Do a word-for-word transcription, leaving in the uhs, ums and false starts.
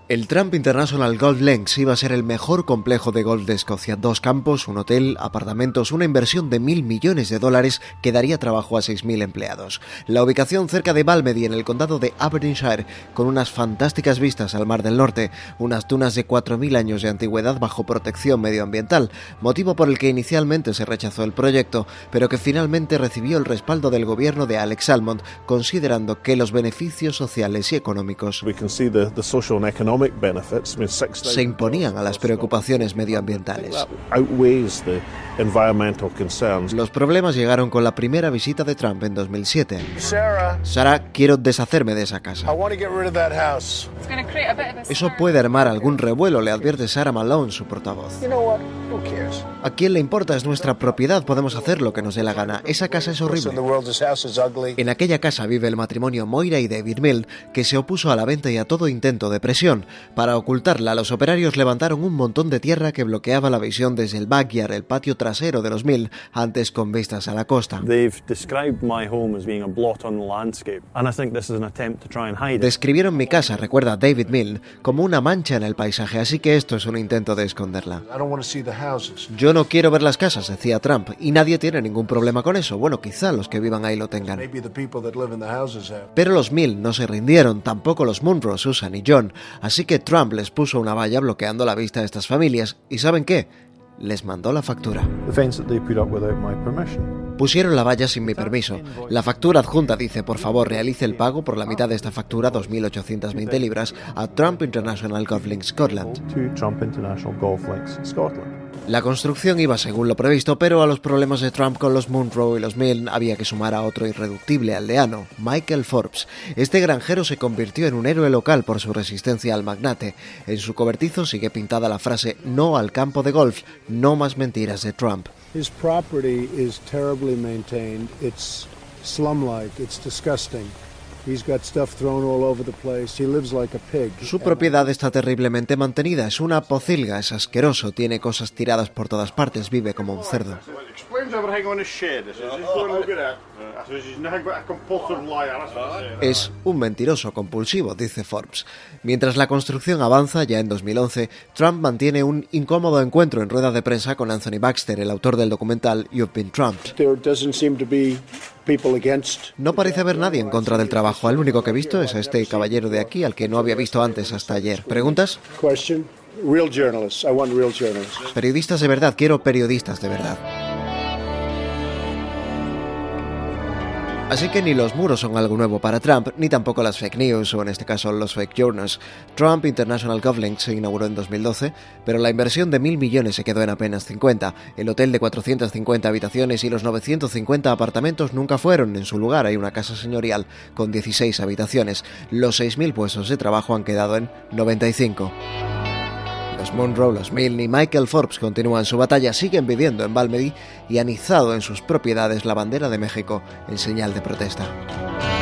El Trump International Golf Links iba a ser el mejor complejo de golf de Escocia. Dos campos, un hotel, apartamentos, una inversión de mil millones de dólares que daría trabajo a seis mil empleados. La ubicación cerca de Balmedy, en el condado de Aberdeenshire, con unas fantásticas vistas al Mar del Norte, unas dunas de cuatro mil años de antigüedad bajo protección medioambiental, motivo por el que inicialmente se rechazó el proyecto, pero que finalmente recibió el respaldo del gobierno de Alex Salmond, considerando que los beneficios sociales y económicos se imponían a las preocupaciones medioambientales. Los problemas llegaron con la primera visita de Trump en dos mil siete. Sarah, quiero deshacerme de esa casa. Eso puede armar algún revuelo, le advierte Sarah Malone, su portavoz. ¿A quién le importa? Es nuestra propiedad, podemos hacer lo que nos dé la gana. Esa casa es horrible. En aquella casa vive el matrimonio Moira y David Milne, que se opuso a la venta y a todo intento de presión. Para ocultarla, los operarios levantaron un montón de tierra que bloqueaba la visión desde el backyard, el patio trasero de los Milne, antes con vistas a la costa. Describieron mi casa, recuerda David Milne, como una mancha en el paisaje, así que esto es un intento de esconderla. Yo no quiero ver las casas, decía Trump, y nadie tiene ningún problema con eso. Bueno, quizá los que vivan ahí lo tengan. Pero los Milne no se rindieron, tampoco los Munro, Susan y John, así que Trump les puso una valla bloqueando la vista a estas familias, y ¿saben qué? Les mandó la factura. Pusieron la valla sin mi permiso. La factura adjunta dice, por favor, realice el pago por la mitad de esta factura, dos mil ochocientas veinte libras, a Trump International Golf Links Scotland. La construcción iba según lo previsto, pero a los problemas de Trump con los Munro y los Milne había que sumar a otro irreductible aldeano, Michael Forbes. Este granjero se convirtió en un héroe local por su resistencia al magnate. En su cobertizo sigue pintada la frase "No al campo de golf, no más mentiras de Trump". His property is terribly maintained. It's slum-like. It's disgusting. He's got stuff thrown all over the place. He lives like a pig. Su propiedad está terriblemente mantenida. Es una pocilga, es asqueroso. Tiene cosas tiradas por todas partes. Vive como un cerdo. Es un mentiroso compulsivo, dice Forbes. Mientras la construcción avanza, ya en dos mil once, Trump mantiene un incómodo encuentro en rueda de prensa con Anthony Baxter, el autor del documental You've Been Trumped. No parece haber nadie en contra del trabajo. El único que he visto es a este caballero de aquí, al que no había visto antes hasta ayer. ¿Preguntas? Periodistas de verdad. Quiero periodistas de verdad. Así que ni los muros son algo nuevo para Trump, ni tampoco las fake news, o en este caso los fake journals. Trump International Golf Links se inauguró en dos mil doce, pero la inversión de mil millones se quedó en apenas cincuenta. El hotel de cuatrocientas cincuenta habitaciones y los novecientos cincuenta apartamentos nunca fueron. En su lugar hay una casa señorial con dieciséis habitaciones. Los seis mil puestos de trabajo han quedado en noventa y cinco. Los Munro, los Milne y Michael Forbes continúan su batalla, siguen viviendo en Balmedy y han izado en sus propiedades la bandera de México en señal de protesta.